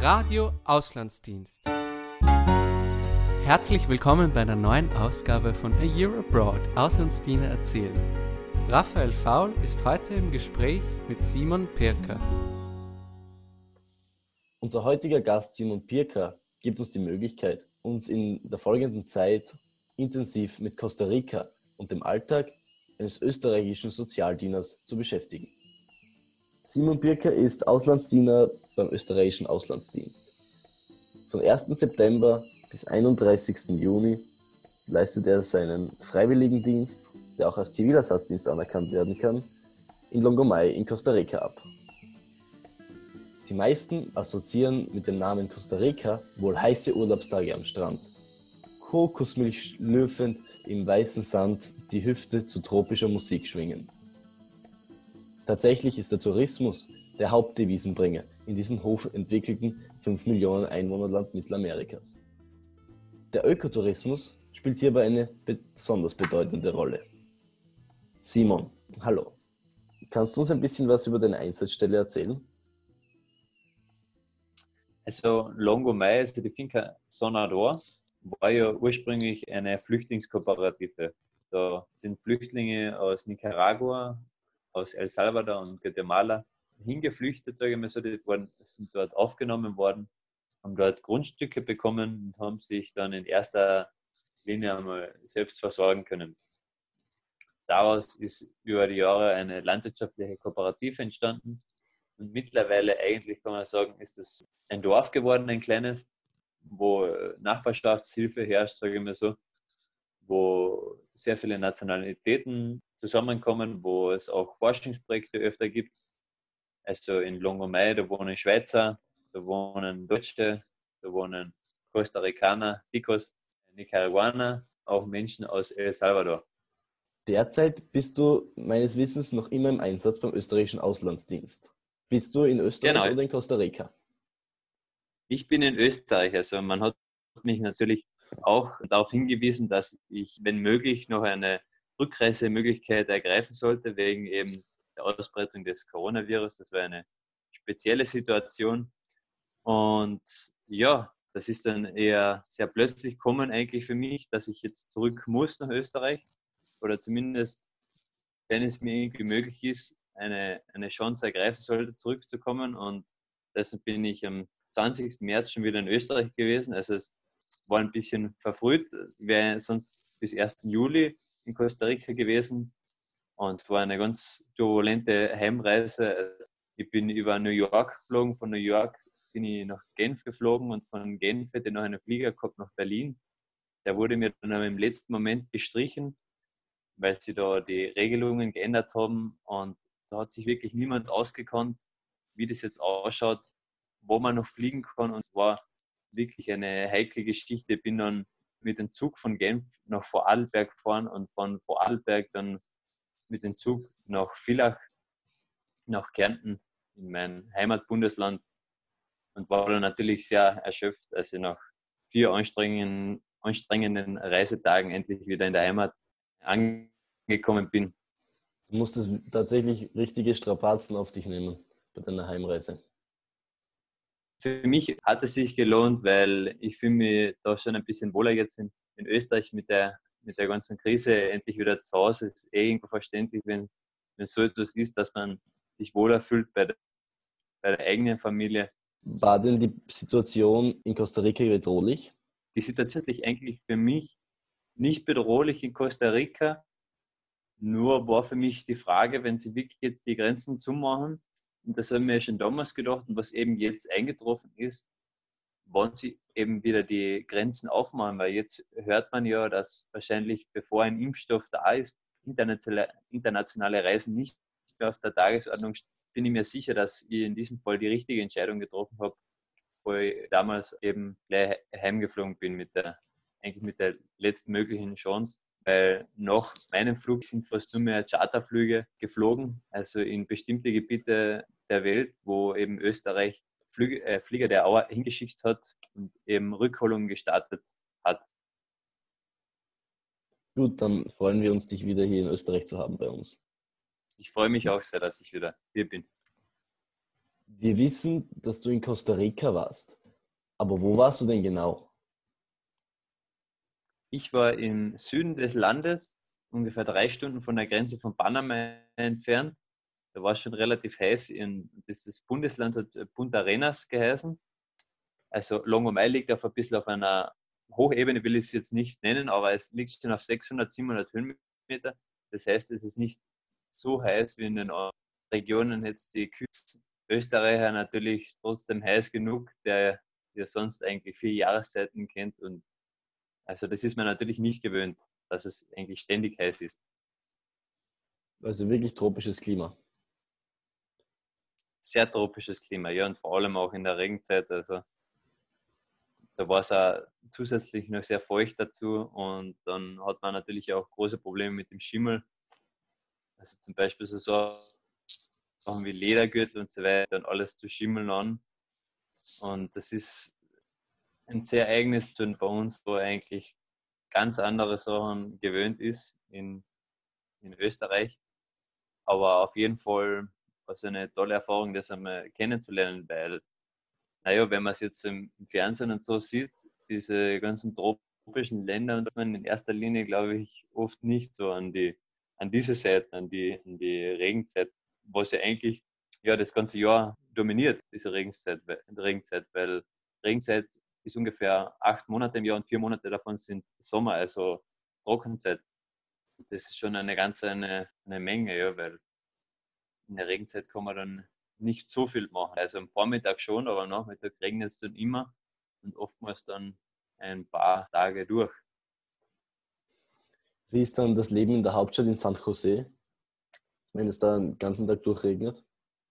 Radio Auslandsdienst. Herzlich willkommen bei einer neuen Ausgabe von A Year Abroad, Auslandsdiener erzählen. Raphael Faul ist heute im Gespräch mit Simon Pirker. Unser heutiger Gast Simon Pirker gibt uns die Möglichkeit, uns in der folgenden Zeit intensiv mit Costa Rica und dem Alltag eines österreichischen Sozialdieners zu beschäftigen. Simon Pirker ist Auslandsdiener beim österreichischen Auslandsdienst. Vom 1. September bis 31. Juni leistet er seinen Freiwilligendienst, der auch als Zivilersatzdienst anerkannt werden kann, in Longomai in Costa Rica ab. Die meisten assoziieren mit dem Namen Costa Rica wohl heiße Urlaubstage am Strand, Kokosmilch schlürfend im weißen Sand die Hüfte zu tropischer Musik schwingen. Tatsächlich ist der Tourismus der Hauptdevisenbringer in diesem hochentwickelten 5 Millionen Einwohnerland Mittelamerikas. Der Ökotourismus spielt hierbei eine besonders bedeutende Rolle. Simon, hallo. Kannst du uns ein bisschen was über deine Einsatzstelle erzählen? Also Longomai, also die Finca Sonador, war ja ursprünglich eine Flüchtlingskooperative. Da sind Flüchtlinge aus Nicaragua, aus El Salvador und Guatemala hingeflüchtet, sage ich mal so, sind dort aufgenommen worden, haben dort Grundstücke bekommen und haben sich dann in erster Linie einmal selbst versorgen können. Daraus ist über die Jahre eine landwirtschaftliche Kooperative entstanden und mittlerweile eigentlich kann man sagen, ist es ein Dorf geworden, ein kleines, wo Nachbarschaftshilfe herrscht, sage ich mal so, wo sehr viele Nationalitäten zusammenkommen, wo es auch Forschungsprojekte öfter gibt. Also in Longomai, da wohnen Schweizer, da wohnen Deutsche, da wohnen Costa Ricaner, Ticos, Nicaraguaner, auch Menschen aus El Salvador. Derzeit bist du meines Wissens noch immer im Einsatz beim österreichischen Auslandsdienst. Bist du in Österreich oder in Costa Rica? Ich bin in Österreich. Also man hat mich natürlich auch darauf hingewiesen, dass ich, wenn möglich, noch eine Rückreisemöglichkeit ergreifen sollte, wegen eben der Ausbreitung des Coronavirus. Das war eine spezielle Situation. Und ja, das ist dann eher sehr plötzlich gekommen eigentlich für mich, dass ich jetzt zurück muss nach Österreich oder zumindest, wenn es mir irgendwie möglich ist, eine Chance ergreifen sollte, zurückzukommen. Und deshalb bin ich am 20. März schon wieder in Österreich gewesen. Also es war ein bisschen verfrüht, wäre sonst bis 1. Juli in Costa Rica gewesen. Und es war eine ganz turbulente Heimreise. Ich bin über New York geflogen, von New York bin ich nach Genf geflogen und von Genf hätte ich noch einen Flieger gehabt nach Berlin. Der wurde mir dann im letzten Moment gestrichen, weil sie da die Regelungen geändert haben und da hat sich wirklich niemand ausgekannt, wie das jetzt ausschaut, wo man noch fliegen kann und war wirklich eine heikle Geschichte. Ich bin dann mit dem Zug von Genf nach Vorarlberg gefahren und von Vorarlberg dann mit dem Zug nach Villach, nach Kärnten in mein Heimatbundesland und war dann natürlich sehr erschöpft, als ich nach 4 anstrengenden Reisetagen endlich wieder in der Heimat angekommen bin. Du musstest tatsächlich richtige Strapazen auf dich nehmen bei deiner Heimreise. Für mich hat es sich gelohnt, weil ich fühle mich da schon ein bisschen wohler jetzt in Österreich mit der ganzen Krise endlich wieder zu Hause. Es ist irgendwo verständlich, wenn so etwas ist, dass man sich wohler fühlt bei der eigenen Familie. War denn die Situation in Costa Rica bedrohlich? Die Situation ist sich eigentlich für mich nicht bedrohlich in Costa Rica. Nur war für mich die Frage, wenn sie wirklich jetzt die Grenzen zumachen, und das haben wir schon damals gedacht und was eben jetzt eingetroffen ist, wann sie eben wieder die Grenzen aufmachen, weil jetzt hört man ja, dass wahrscheinlich bevor ein Impfstoff da ist, internationale Reisen nicht mehr auf der Tagesordnung stehen. Bin ich mir sicher, dass ich in diesem Fall die richtige Entscheidung getroffen habe, wo ich damals eben gleich heimgeflogen bin eigentlich mit der letztmöglichen Chance. Weil nach meinem Flug sind fast nur mehr Charterflüge geflogen, also in bestimmte Gebiete der Welt, wo eben Österreich Flieger der Auer hingeschickt hat und eben Rückholungen gestartet hat. Gut, dann freuen wir uns, dich wieder hier in Österreich zu haben bei uns. Ich freue mich auch sehr, dass ich wieder hier bin. Wir wissen, dass du in Costa Rica warst. Aber wo warst du denn genau? Ich war im Süden des Landes, ungefähr 3 Stunden von der Grenze von Panama entfernt. Da war es schon relativ heiß. Das Bundesland hat Punta Arenas geheißen. Also Longomai liegt auf ein bisschen auf einer Hochebene, will ich es jetzt nicht nennen, aber es liegt schon auf 600, 700 Höhenmeter. Das heißt, es ist nicht so heiß wie in den Regionen jetzt die Küsten. Österreicher natürlich trotzdem heiß genug, der ja sonst eigentlich 4 Jahreszeiten kennt. Und also das ist man natürlich nicht gewöhnt, dass es eigentlich ständig heiß ist. Also wirklich tropisches Klima. Sehr tropisches Klima, ja, und vor allem auch in der Regenzeit. Also da war es auch zusätzlich noch sehr feucht dazu und dann hat man natürlich auch große Probleme mit dem Schimmel. Also zum Beispiel so Sachen wie Ledergürtel und so weiter und alles zu schimmeln an. Und das ist ein sehr eigenes Tun bei uns, wo eigentlich ganz andere Sachen gewöhnt ist in Österreich. Aber auf jeden Fall war es eine tolle Erfahrung, das einmal kennenzulernen, weil, naja, wenn man es jetzt im Fernsehen und so sieht, diese ganzen tropischen Länder, und man in erster Linie, glaube ich, oft nicht so an diese Seiten, an die Regenzeit, was ja eigentlich ja das ganze Jahr dominiert, diese Regenzeit, weil Regenzeit ist ungefähr 8 Monate im Jahr und 4 Monate davon sind Sommer, also Trockenzeit. Das ist schon eine Menge, ja, weil in der Regenzeit kann man dann nicht so viel machen. Also am Vormittag schon, aber am Nachmittag regnet es dann immer und oftmals dann ein paar Tage durch. Wie ist dann das Leben in der Hauptstadt in San Jose, wenn es da den ganzen Tag durchregnet?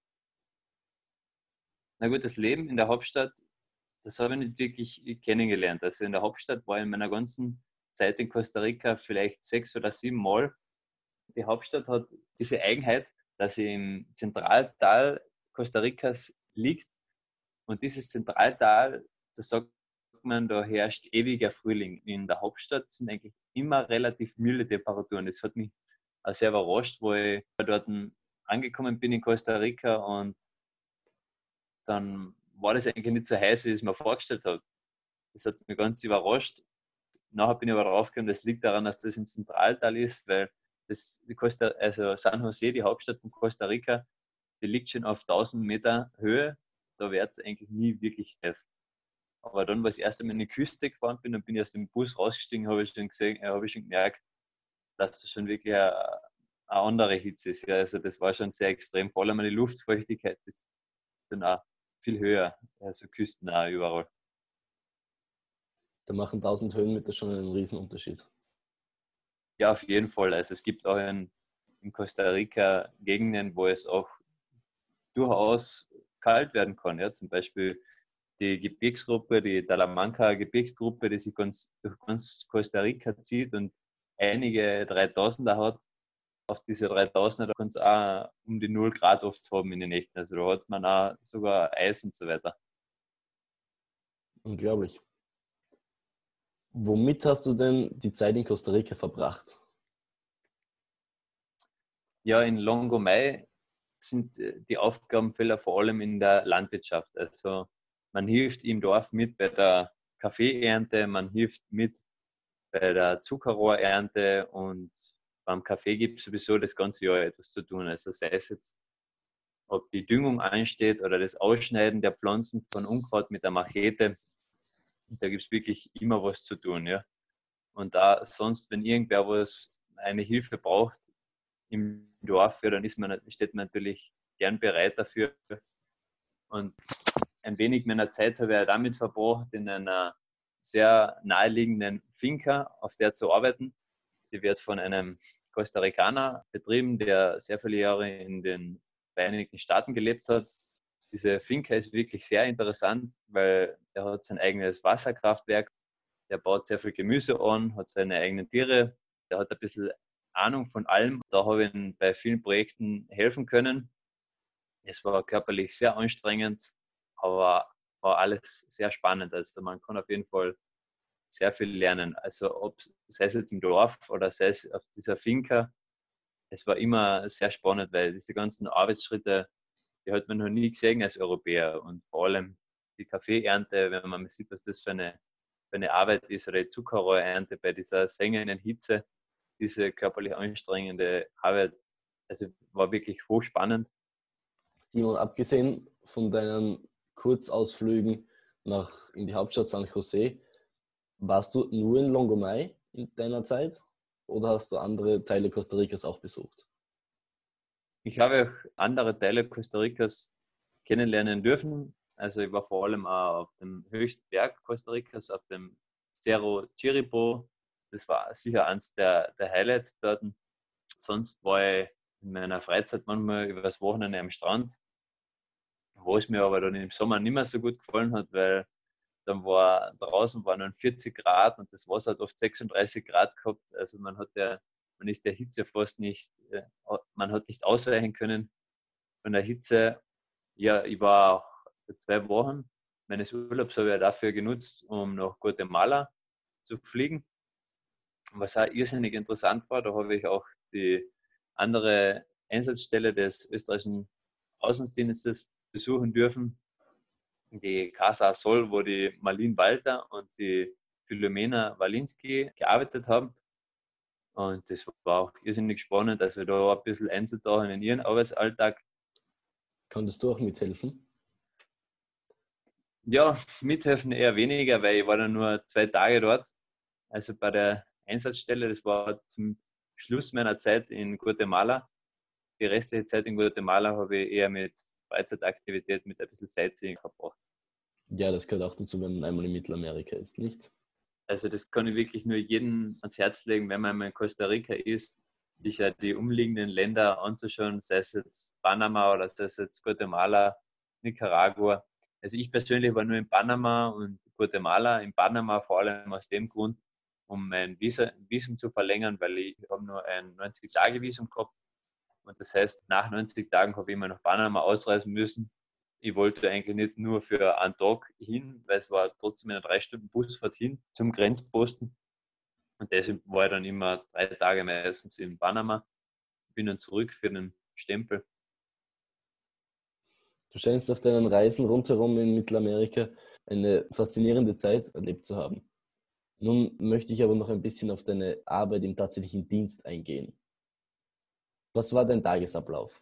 Na gut, das Leben in der Hauptstadt, das habe ich nicht wirklich kennengelernt. Also in der Hauptstadt war ich in meiner ganzen Zeit in Costa Rica vielleicht 6 oder 7 Mal. Die Hauptstadt hat diese Eigenheit, dass sie im Zentraltal Costa Ricas liegt. Und dieses Zentraltal, da sagt man, da herrscht ewiger Frühling. In der Hauptstadt sind eigentlich immer relativ milde Temperaturen. Das hat mich auch sehr überrascht, wo ich dort angekommen bin in Costa Rica und dann war das eigentlich nicht so heiß, wie ich es mir vorgestellt habe. Das hat mich ganz überrascht. Nachher bin ich aber draufgekommen, das liegt daran, dass das im Zentraltal ist, weil also San Jose, die Hauptstadt von Costa Rica, die liegt schon auf 1000 Meter Höhe. Da wird es eigentlich nie wirklich heiß. Aber dann, als ich erst einmal in die Küste gefahren bin, dann bin ich aus dem Bus rausgestiegen, habe ich schon gemerkt, dass das schon wirklich eine andere Hitze ist. Ja, also das war schon sehr extrem. Vor allem die Luftfeuchtigkeit ist dann auch viel höher, also Küsten auch überall. Da machen 1000 Höhenmeter schon einen Riesenunterschied. Ja, auf jeden Fall. Also es gibt auch in Costa Rica Gegenden, wo es auch durchaus kalt werden kann. Ja? Zum Beispiel die Gebirgsgruppe, die Talamanca-Gebirgsgruppe, die sich durch ganz Costa Rica zieht und einige 3000er hat. Auf diese 3000er kann es auch um die 0 Grad oft haben in den Nächten. Also da hat man auch sogar Eis und so weiter. Unglaublich. Womit hast du denn die Zeit in Costa Rica verbracht? Ja, in Longomai sind die Aufgabenfelder vor allem in der Landwirtschaft. Also man hilft im Dorf mit bei der Kaffeeernte, man hilft mit bei der Zuckerrohrernte und beim Kaffee gibt es sowieso das ganze Jahr etwas zu tun. Also sei es jetzt, ob die Düngung ansteht oder das Ausschneiden der Pflanzen von Unkraut mit der Machete. Da gibt es wirklich immer was zu tun. Ja. Und da sonst, wenn irgendwer eine Hilfe braucht im Dorf, ja, dann steht man natürlich gern bereit dafür. Und ein wenig meiner Zeit habe ich damit verbracht, in einer sehr naheliegenden Finca, auf der zu arbeiten. Die wird von einem Costa Ricaner betrieben, der sehr viele Jahre in den Vereinigten Staaten gelebt hat. Diese Finca ist wirklich sehr interessant, weil er hat sein eigenes Wasserkraftwerk, der baut sehr viel Gemüse an, hat seine eigenen Tiere, der hat ein bisschen Ahnung von allem. Da habe ich ihm bei vielen Projekten helfen können. Es war körperlich sehr anstrengend, aber war alles sehr spannend. Also man kann auf jeden Fall sehr viel lernen. Also sei es jetzt im Dorf oder sei es auf dieser Finca, es war immer sehr spannend, weil diese ganzen Arbeitsschritte, die hat man noch nie gesehen als Europäer. Und vor allem die Kaffeeernte, wenn man sieht, was das für eine Arbeit ist, oder die Zuckerrohrernte bei dieser sengenden Hitze, diese körperlich anstrengende Arbeit, also war wirklich hochspannend. Simon, abgesehen von deinen Kurzausflügen in die Hauptstadt San Jose, warst du nur in Longomai in deiner Zeit oder hast du andere Teile Costa Ricas auch besucht? Ich habe auch andere Teile Costa Ricas kennenlernen dürfen. Also ich war vor allem auch auf dem höchsten Berg Costa Ricas, auf dem Cerro Chiripo. Das war sicher eines der Highlights dort. Sonst war ich in meiner Freizeit manchmal über das Wochenende am Strand, wo es mir aber dann im Sommer nicht mehr so gut gefallen hat, weil dann draußen waren dann 40 Grad und das Wasser hat oft 36 Grad gehabt. Also man ist der Hitze fast nicht, man hat nicht ausweichen können von der Hitze. Ja, ich war auch 2 Wochen meines Urlaubs habe ich dafür genutzt, um nach Guatemala zu fliegen. Was auch irrsinnig interessant war, da habe ich auch die andere Einsatzstelle des österreichischen Außendienstes besuchen dürfen, die Casa Sol, wo die Marlene Walter und die Philomena Walinski gearbeitet haben. Und das war auch irrsinnig spannend, also da ein bisschen einzutauchen in ihren Arbeitsalltag. Konntest du auch mithelfen? Ja, mithelfen eher weniger, weil ich war dann nur 2 Tage dort. Also bei der Einsatzstelle, das war zum Schluss meiner Zeit in Guatemala. Die restliche Zeit in Guatemala habe ich eher mit Freizeitaktivität, mit ein bisschen Sightseeing verbracht. Ja, das gehört auch dazu, wenn man einmal in Mittelamerika ist, nicht? Also das kann ich wirklich nur jedem ans Herz legen, wenn man einmal in Costa Rica ist, sich ja die umliegenden Länder anzuschauen, sei es jetzt Panama oder sei es jetzt Guatemala, Nicaragua. Also ich persönlich war nur in Panama und Guatemala. In Panama vor allem aus dem Grund, um mein Visum zu verlängern, weil ich habe nur ein 90-Tage-Visum gehabt. Und das heißt, nach 90 Tagen habe ich immer nach Panama ausreisen müssen. Ich wollte eigentlich nicht nur für einen Tag hin, weil es war trotzdem eine 3 Stunden Busfahrt hin zum Grenzposten. Und deshalb war ich dann immer 3 Tage meistens in Panama, bin dann zurück für den Stempel. Du scheinst auf deinen Reisen rundherum in Mittelamerika eine faszinierende Zeit erlebt zu haben. Nun möchte ich aber noch ein bisschen auf deine Arbeit im tatsächlichen Dienst eingehen. Was war dein Tagesablauf?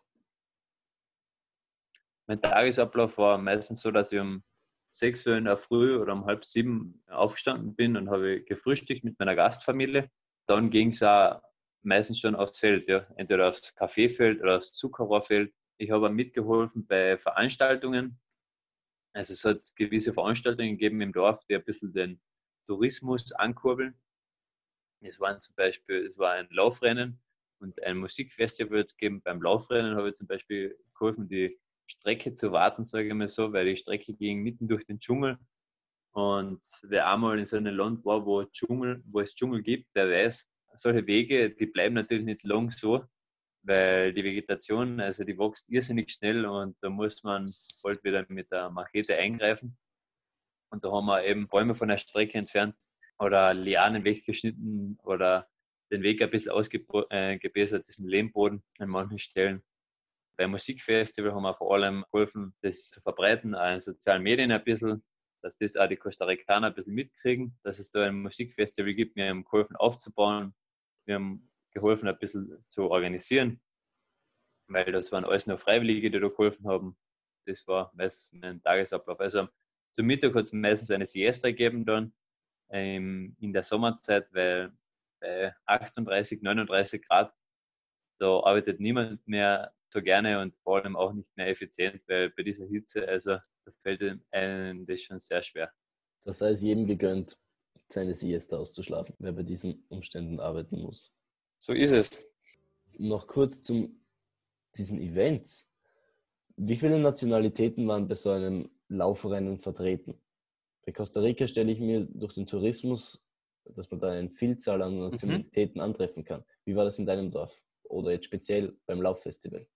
Mein Tagesablauf war meistens so, dass ich um 6 Uhr in der Früh oder um halb 7 aufgestanden bin und habe gefrühstückt mit meiner Gastfamilie. Dann ging es auch meistens schon aufs Feld, ja. Entweder aufs Kaffeefeld oder aufs Zuckerrohrfeld. Ich habe auch mitgeholfen bei Veranstaltungen. Also es hat gewisse Veranstaltungen gegeben im Dorf, die ein bisschen den Tourismus ankurbeln. Es war ein Laufrennen und ein Musikfestival gegeben. Beim Laufrennen habe ich zum Beispiel geholfen, die Strecke zu warten, sage ich mal so, weil die Strecke ging mitten durch den Dschungel. Und wer einmal in so einem Land war, wo es Dschungel gibt, der weiß, solche Wege, die bleiben natürlich nicht lang so, weil die Vegetation, also die wächst irrsinnig schnell und da muss man bald wieder mit der Machete eingreifen. Und da haben wir eben Bäume von der Strecke entfernt oder Lianen weggeschnitten oder den Weg ein bisschen ausgebessert, diesen Lehmboden an manchen Stellen. Beim Musikfestival haben wir vor allem geholfen, das zu verbreiten, auch in sozialen Medien ein bisschen, dass das auch die Costa Ricaner ein bisschen mitkriegen, dass es da ein Musikfestival gibt. Wir haben geholfen aufzubauen, wir haben geholfen ein bisschen zu organisieren, weil das waren alles nur Freiwillige, die da geholfen haben. Das war meistens mein Tagesablauf. Also zum Mittag hat es meistens eine Siesta gegeben dann in der Sommerzeit, weil bei 38, 39 Grad, da arbeitet niemand mehr so gerne und vor allem auch nicht mehr effizient, weil bei dieser Hitze, also da fällt einem das schon sehr schwer. Das sei es jedem gegönnt, seine Siesta auszuschlafen, wer bei diesen Umständen arbeiten muss. So ist es. Noch kurz zu diesen Events. Wie viele Nationalitäten waren bei so einem Laufrennen vertreten? Bei Costa Rica stelle ich mir durch den Tourismus, dass man da eine Vielzahl an Nationalitäten antreffen kann. Wie war das in deinem Dorf? Oder jetzt speziell beim Lauffestival?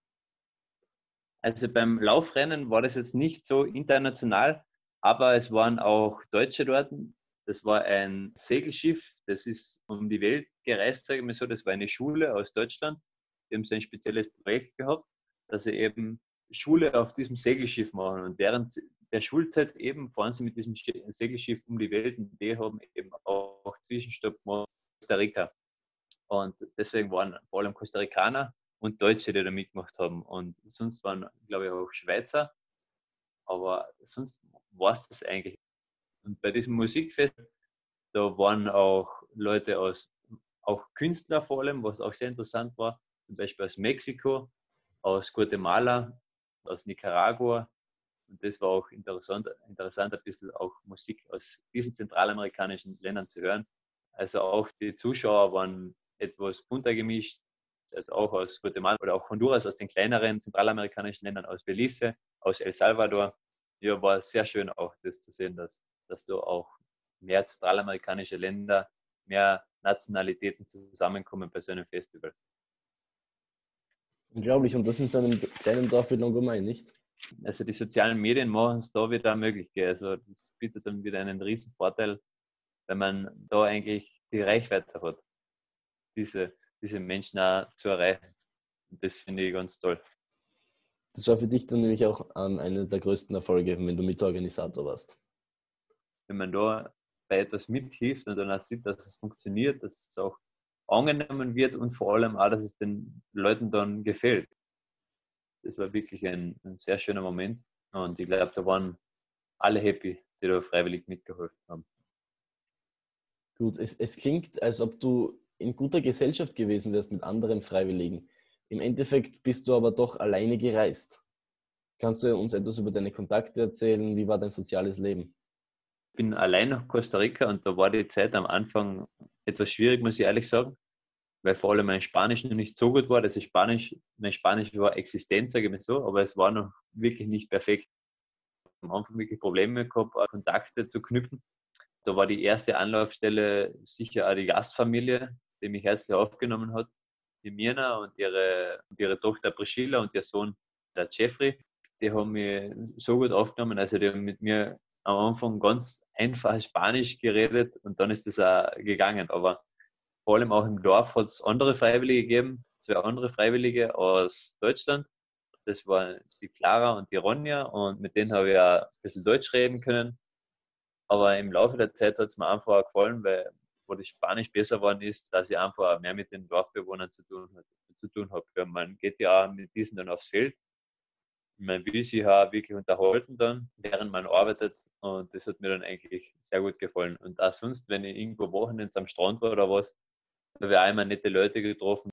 Also beim Laufrennen war das jetzt nicht so international, aber es waren auch Deutsche dort. Das war ein Segelschiff, das ist um die Welt gereist, sage ich mal so. Das war eine Schule aus Deutschland. Die haben so ein spezielles Projekt gehabt, dass sie eben Schule auf diesem Segelschiff machen. Und während der Schulzeit eben fahren sie mit diesem Segelschiff um die Welt und die haben eben auch Zwischenstopp gemacht in Costa Rica. Und deswegen waren vor allem Costa Ricaner und Deutsche, die da mitgemacht haben. Und sonst waren, glaube ich, auch Schweizer. Aber sonst war es das eigentlich. Und bei diesem Musikfest, da waren auch Leute auch Künstler vor allem, was auch sehr interessant war, zum Beispiel aus Mexiko, aus Guatemala, aus Nicaragua. Und das war auch interessant ein bisschen auch Musik aus diesen zentralamerikanischen Ländern zu hören. Also auch die Zuschauer waren etwas bunter gemischt, also auch aus Guatemala oder auch Honduras, aus den kleineren zentralamerikanischen Ländern, aus Belize, aus El Salvador. Ja, war sehr schön auch das zu sehen, dass da auch mehr zentralamerikanische Länder, mehr Nationalitäten zusammenkommen bei so einem Festival. Unglaublich, und das in so einem kleinen Dorf wie Longomai, nicht? Also die sozialen Medien machen es da wieder möglich. Also das bietet dann wieder einen riesen Vorteil, wenn man da eigentlich die Reichweite hat, diese Menschen auch zu erreichen. Und das finde ich ganz toll. Das war für dich dann nämlich auch einer der größten Erfolge, wenn du Mitorganisator warst. Wenn man da bei etwas mithilft und dann auch sieht, dass es funktioniert, dass es auch angenommen wird und vor allem auch, dass es den Leuten dann gefällt. Das war wirklich ein sehr schöner Moment und ich glaube, da waren alle happy, die da freiwillig mitgeholfen haben. Gut, es klingt, als ob du in guter Gesellschaft gewesen wärst mit anderen Freiwilligen. Im Endeffekt bist du aber doch alleine gereist. Kannst du uns etwas über deine Kontakte erzählen? Wie war dein soziales Leben? Ich bin allein nach Costa Rica und da war die Zeit am Anfang etwas schwierig, muss ich ehrlich sagen, weil vor allem mein Spanisch noch nicht so gut war. Mein Spanisch war existent, sage ich mal so, aber es war noch wirklich nicht perfekt. Am Anfang wirklich Probleme gehabt, Kontakte zu knüpfen. Da war die erste Anlaufstelle sicher auch die Gastfamilie, die mich herzlich aufgenommen hat. Die Mirna und ihre Tochter Priscilla und ihr Sohn, der Jeffrey, die haben mich so gut aufgenommen. Also die haben mit mir am Anfang ganz einfach Spanisch geredet und dann ist das auch gegangen. Aber vor allem auch im Dorf hat es andere Freiwillige gegeben, 2 andere Freiwillige aus Deutschland. Das waren die Clara und die Ronja und mit denen habe ich auch ein bisschen Deutsch reden können. Aber im Laufe der Zeit hat es mir einfach auch gefallen, weil wo das Spanisch besser geworden ist, dass ich einfach mehr mit den Dorfbewohnern zu tun habe. Ja, man geht ja auch mit diesen dann aufs Feld. Man will sich auch wirklich unterhalten dann, während man arbeitet. Und das hat mir dann eigentlich sehr gut gefallen. Und auch sonst, wenn ich irgendwo Wochenends am Strand war oder was, da habe ich auch immer nette Leute getroffen.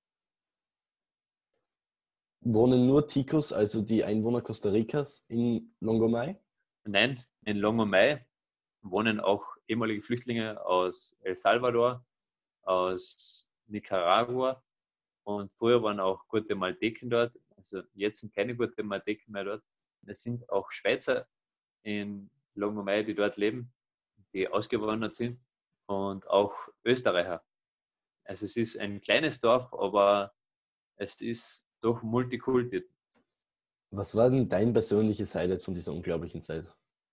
Wohnen nur Ticos, also die Einwohner Costa Ricas, in Longomai? Nein, in Longomai wohnen auch ehemalige Flüchtlinge aus El Salvador, aus Nicaragua und früher waren auch Guatemalteken dort. Also jetzt sind keine Guatemalteken mehr dort. Es sind auch Schweizer in Longomai, die dort leben, die ausgewandert sind und auch Österreicher. Also es ist ein kleines Dorf, aber es ist doch Multikulti. Was war denn dein persönliches Highlight von dieser unglaublichen Zeit?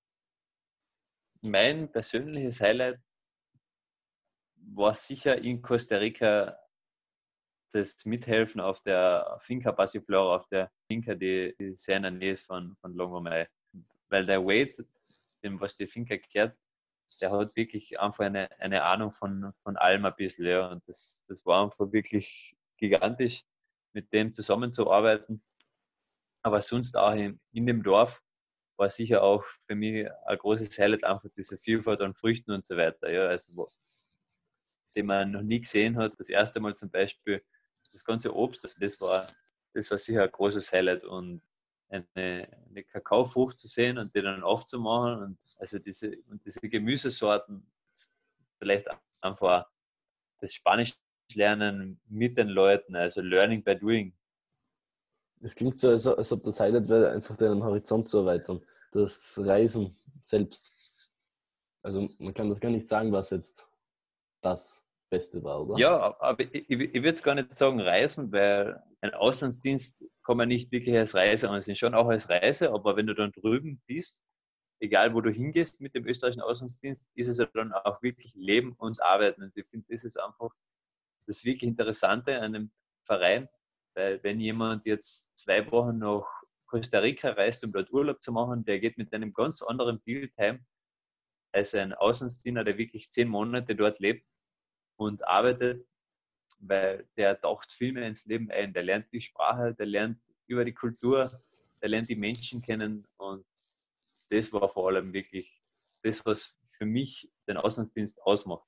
Mein persönliches Highlight war sicher in Costa Rica das Mithelfen auf der Finca Passiflora, auf der Finca, die sehr in der Nähe ist von Longomai. Weil der Wade, dem was die Finca erklärt, der hat wirklich einfach eine Ahnung von allem ein bisschen. Ja. Und das war einfach wirklich gigantisch, mit dem zusammenzuarbeiten. Aber sonst auch in dem Dorf war sicher auch für mich ein großes Highlight, einfach diese Vielfalt an Früchten und so weiter. Ja. Also, den man noch nie gesehen hat. Das erste Mal zum Beispiel das ganze Obst, also das war sicher ein großes Highlight. Und eine Kakaofrucht zu sehen und die dann aufzumachen und also diese Gemüsesorten, vielleicht einfach das Spanisch lernen mit den Leuten, also Learning by Doing. Es klingt so, als ob das Highlight wäre, einfach deinen Horizont zu erweitern. Das Reisen selbst. Also man kann das gar nicht sagen, was jetzt das Beste war, oder? Ja, aber ich würde es gar nicht sagen Reisen, weil ein Auslandsdienst kann man nicht wirklich als Reise ansehen, schon auch als Reise, aber wenn du dann drüben bist, egal wo du hingehst mit dem österreichischen Auslandsdienst, ist es ja dann auch wirklich Leben und Arbeiten. Und ich finde, das ist einfach das wirklich Interessante an einem Verein, weil wenn jemand jetzt 2 Wochen nach Costa Rica reist, um dort Urlaub zu machen, der geht mit einem ganz anderen Bild heim als ein Auslandsdiener, der wirklich 10 Monate dort lebt und arbeitet, weil der taucht viel mehr ins Leben ein. Der lernt die Sprache, der lernt über die Kultur, der lernt die Menschen kennen und das war vor allem wirklich das, was für mich den Auslandsdienst ausmacht.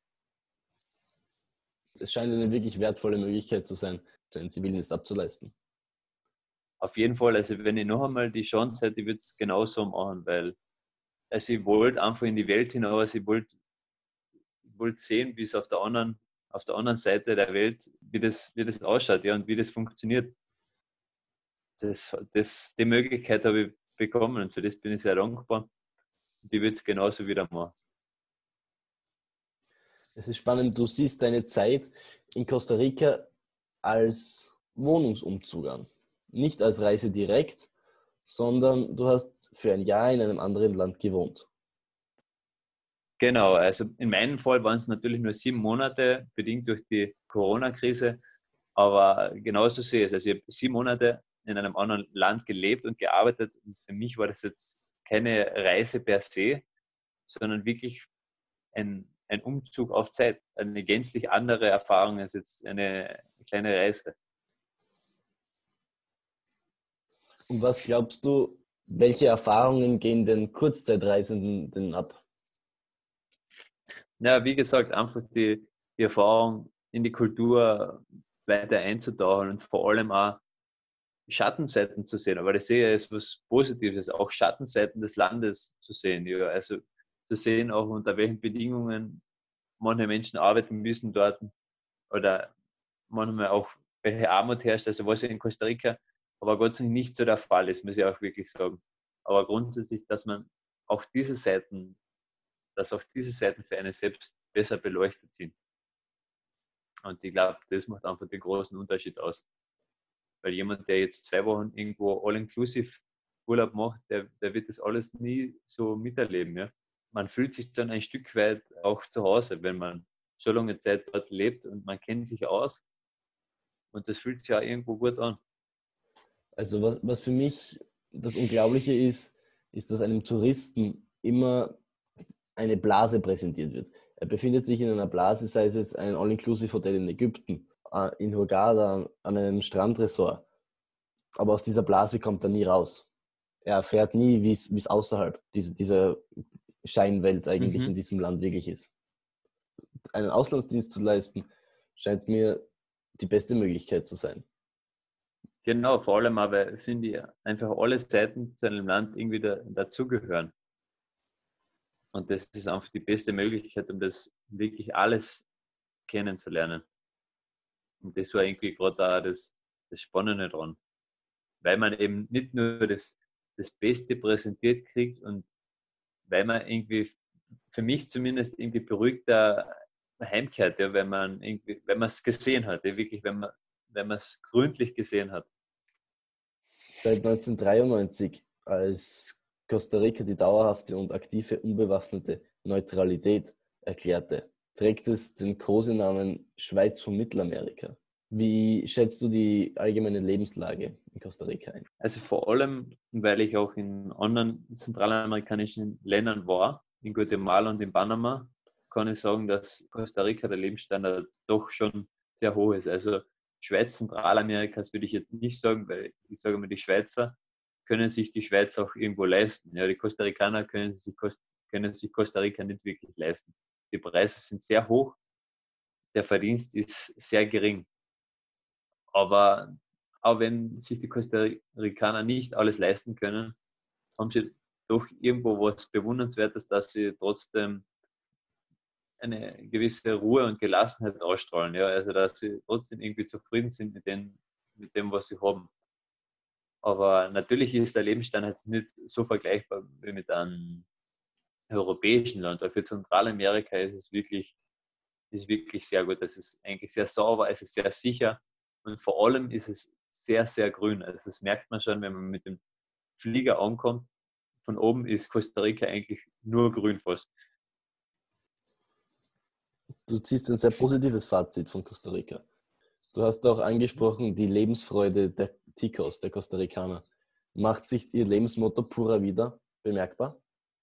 Es scheint eine wirklich wertvolle Möglichkeit zu sein, seinen Zivildienst abzuleisten. Auf jeden Fall, also wenn ich noch einmal die Chance hätte, ich würde es genauso machen, weil also ich wollte einfach in die Welt hinaus, ich wollte sehen, wie es auf der anderen Seite der Welt, wie das ausschaut, ja, und wie das funktioniert. Die Möglichkeit habe ich bekommen und für das bin ich sehr dankbar. Und ich würde es genauso wieder machen. Es ist spannend, du siehst deine Zeit in Costa Rica als Wohnungsumzug an. Nicht als Reise direkt, sondern du hast für ein Jahr in einem anderen Land gewohnt. Genau, also in meinem Fall waren es natürlich nur 7 Monate, bedingt durch die Corona-Krise, aber genauso sehe ich es. Also ich habe 7 Monate in einem anderen Land gelebt und gearbeitet und für mich war das jetzt keine Reise per se, sondern wirklich ein Umzug auf Zeit, eine gänzlich andere Erfahrung als jetzt eine kleine Reise. Und was glaubst du, welche Erfahrungen gehen den Kurzzeitreisenden denn ab? Ja, wie gesagt, einfach die Erfahrung in die Kultur weiter einzutauchen und vor allem auch Schattenseiten zu sehen. Aber das sehe ich als was Positives, auch Schattenseiten des Landes zu sehen. Ja, also zu sehen, auch unter welchen Bedingungen manche Menschen arbeiten müssen dort oder manchmal auch welche Armut herrscht. Also was ja in Costa Rica aber Gott sei Dank nicht so der Fall ist, muss ich auch wirklich sagen. Aber grundsätzlich, dass auch diese Seiten für einen selbst besser beleuchtet sind. Und ich glaube, das macht einfach den großen Unterschied aus. Weil jemand, der jetzt 2 Wochen irgendwo all-inclusive Urlaub macht, der wird das alles nie so miterleben. Ja? Man fühlt sich dann ein Stück weit auch zu Hause, wenn man so lange Zeit dort lebt und man kennt sich aus. Und das fühlt sich ja irgendwo gut an. Also was für mich das Unglaubliche ist, dass einem Touristen immer eine Blase präsentiert wird. Er befindet sich in einer Blase, sei es jetzt ein All-Inclusive-Hotel in Ägypten, in Hurghada, an einem Strandresort. Aber aus dieser Blase kommt er nie raus. Er erfährt nie, wie es außerhalb dieser Scheinwelt eigentlich in diesem Land wirklich ist. Einen Auslandsdienst zu leisten, scheint mir die beste Möglichkeit zu sein. Genau, vor allem aber finde ich einfach alle Seiten zu einem Land irgendwie dazugehören. Und das ist einfach die beste Möglichkeit, um das wirklich alles kennenzulernen. Und das war irgendwie gerade auch das Spannende dran. Weil man eben nicht nur das Beste präsentiert kriegt und weil man irgendwie, für mich zumindest, irgendwie beruhigter heimkehrt, ja, wenn man es gesehen hat, ja, wirklich, wenn man es gründlich gesehen hat. Seit 1993, als Costa Rica die dauerhafte und aktive unbewaffnete Neutralität erklärte, trägt es den Kosenamen Schweiz von Mittelamerika. Wie schätzt du die allgemeine Lebenslage in Costa Rica ein? Also vor allem, weil ich auch in anderen zentralamerikanischen Ländern war, in Guatemala und in Panama, kann ich sagen, dass Costa Rica der Lebensstandard doch schon sehr hoch ist. Also Schweiz, Zentralamerikas würde ich jetzt nicht sagen, weil ich sage mal, die Schweizer können sich die Schweiz auch irgendwo leisten. Ja, die Costa Ricaner können sich Costa Rica nicht wirklich leisten. Die Preise sind sehr hoch, der Verdienst ist sehr gering. Aber auch wenn sich die Costa Ricaner nicht alles leisten können, haben sie doch irgendwo was Bewundernswertes, dass sie trotzdem eine gewisse Ruhe und Gelassenheit ausstrahlen. Ja? Also dass sie trotzdem irgendwie zufrieden sind mit dem, was sie haben. Aber natürlich ist der Lebensstandard nicht so vergleichbar wie mit einem europäischen Land. Aber für Zentralamerika ist es wirklich sehr gut. Es ist eigentlich sehr sauber, es ist sehr sicher und vor allem ist es sehr, sehr grün. Also das merkt man schon, wenn man mit dem Flieger ankommt. Von oben ist Costa Rica eigentlich nur grün fast. Du ziehst ein sehr positives Fazit von Costa Rica. Du hast auch angesprochen, die Lebensfreude der Ticos, der Costa Ricaner. Macht sich Ihr Lebensmotto Pura Vida bemerkbar?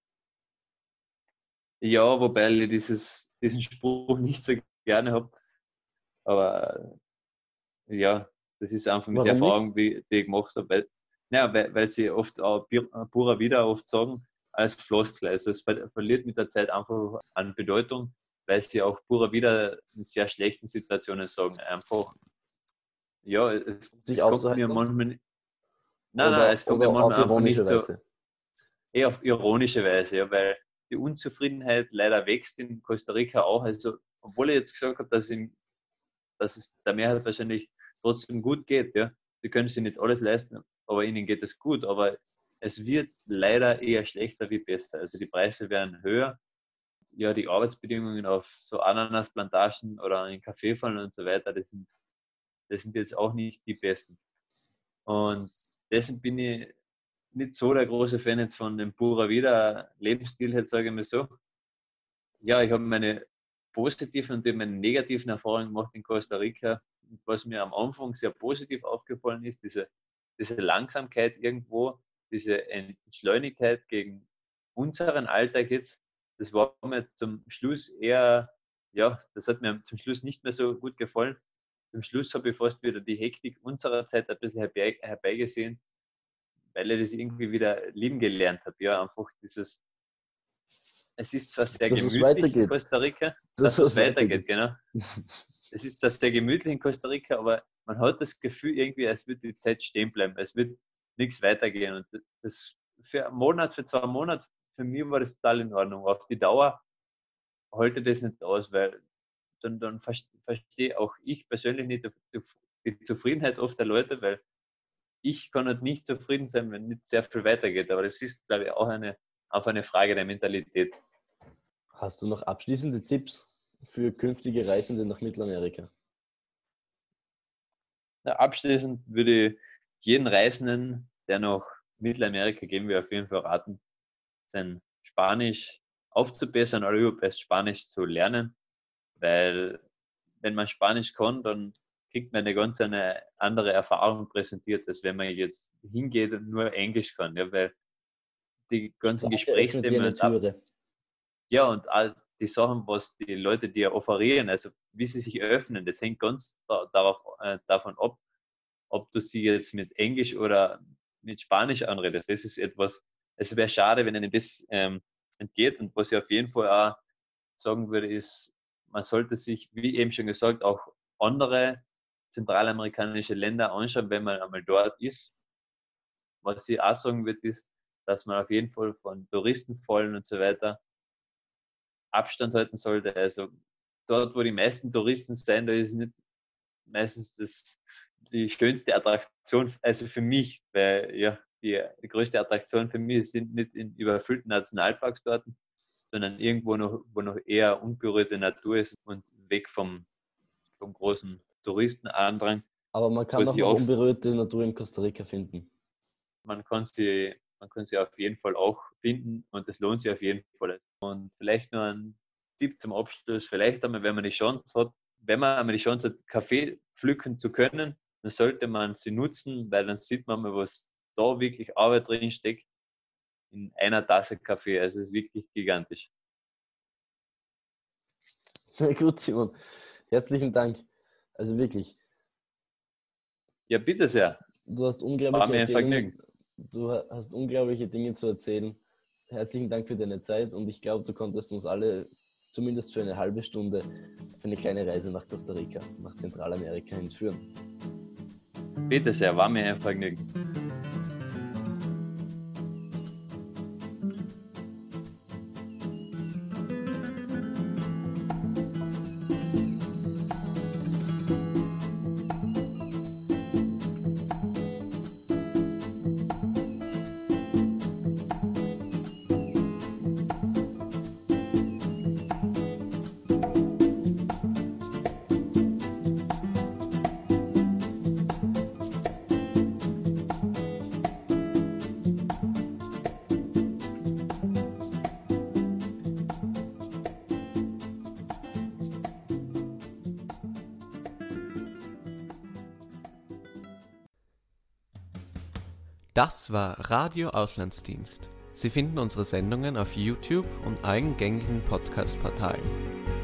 Ja, wobei ich diesen Spruch nicht so gerne habe. Aber ja, das ist einfach mit der Warum nicht? Erfahrung, die ich gemacht habe. Weil sie oft auch Pura Vida oft sagen, als Floskel. Also es verliert mit der Zeit einfach an Bedeutung, weil sie auch Pura Vida in sehr schlechten Situationen sagen. Einfach, ja, Sich es kommt mir aufzuheitern? manchmal, nein, es kommt mir Oder auf manchmal einfach ironische nicht so, Weise? eher auf ironische Weise, ja, weil die Unzufriedenheit leider wächst in Costa Rica auch. Also, obwohl ich jetzt gesagt habe, dass es der Mehrheit wahrscheinlich trotzdem gut geht, ja. Sie können sich nicht alles leisten, aber ihnen geht es gut. Aber es wird leider eher schlechter wie besser. Also die Preise werden höher. Ja, die Arbeitsbedingungen auf so Ananasplantagen oder in Kaffeefallen und so weiter, das sind jetzt auch nicht die besten. Und deswegen bin ich nicht so der große Fan jetzt von dem Pura Vida Lebensstil, jetzt sage ich mal so. Ja, ich habe meine positiven und meine negativen Erfahrungen gemacht in Costa Rica. Was mir am Anfang sehr positiv aufgefallen ist, diese Langsamkeit irgendwo, diese Entschleunigkeit gegen unseren Alltag jetzt, das war mir zum Schluss eher, ja, das hat mir zum Schluss nicht mehr so gut gefallen. Zum Schluss habe ich fast wieder die Hektik unserer Zeit ein bisschen herbeigesehen, weil ich das irgendwie wieder lieben gelernt habe. Ja, einfach es ist zwar sehr Dass es gemütlich in weitergeht. Costa Rica, Dass dass es es weitergeht, genau. Es ist zwar sehr gemütlich in Costa Rica, aber man hat das Gefühl irgendwie, als würde die Zeit stehen bleiben, es wird nichts weitergehen. Und das für einen Monat, für 2 Monate, für mich war das total in Ordnung. Auf die Dauer halte das nicht aus, weil dann verstehe auch ich persönlich nicht die Zufriedenheit oft der Leute, weil ich kann halt nicht zufrieden sein, wenn nicht sehr viel weitergeht. Aber das ist, glaube ich, auch eine Frage der Mentalität. Hast du noch abschließende Tipps für künftige Reisende nach Mittelamerika? Ja, abschließend würde ich jeden Reisenden, der nach Mittelamerika gehen will, auf jeden Fall raten, sein Spanisch aufzubessern oder überhaupt Spanisch zu lernen, weil wenn man Spanisch kann, dann kriegt man eine andere Erfahrung präsentiert, als wenn man jetzt hingeht und nur Englisch kann, ja, weil die ganzen Sprache öffnet dir eine Gesprächsthemen Türe. ja, und all die Sachen, was die Leute dir offerieren, also wie sie sich öffnen, das hängt ganz davon ab, ob du sie jetzt mit Englisch oder mit Spanisch anredest. Das ist etwas, es wäre schade, wenn einem das entgeht. Und was ich auf jeden Fall auch sagen würde, ist, man sollte sich, wie eben schon gesagt, auch andere zentralamerikanische Länder anschauen, wenn man einmal dort ist. Was ich auch sagen würde, ist, dass man auf jeden Fall von Touristenfallen und so weiter Abstand halten sollte. Also dort, wo die meisten Touristen sind, da ist nicht meistens die schönste Attraktion, also für mich, weil ja, die größte Attraktion für mich sind nicht in überfüllten Nationalparks dort, sondern irgendwo noch, wo noch eher unberührte Natur ist und weg vom großen Touristenandrang. Aber man kann auch noch unberührte Natur in Costa Rica finden. Man kann sie auf jeden Fall auch finden und das lohnt sich auf jeden Fall. Und vielleicht noch ein Tipp zum Abschluss, vielleicht einmal, wenn man die Chance hat, Kaffee pflücken zu können, dann sollte man sie nutzen, weil dann sieht man mal, was da wirklich Arbeit drin steckt in einer Tasse Kaffee. Also es ist wirklich gigantisch. Na gut, Simon. Herzlichen Dank. Also wirklich. Ja, bitte sehr. Du hast unglaubliche Dinge zu erzählen. Herzlichen Dank für deine Zeit und ich glaube, du konntest uns alle zumindest für eine halbe Stunde für eine kleine Reise nach Costa Rica, nach Zentralamerika hinführen. Bitte sehr, war mir ein Vergnügen. Das war Radio Auslandsdienst. Sie finden unsere Sendungen auf YouTube und allen gängigen Podcast-Portalen.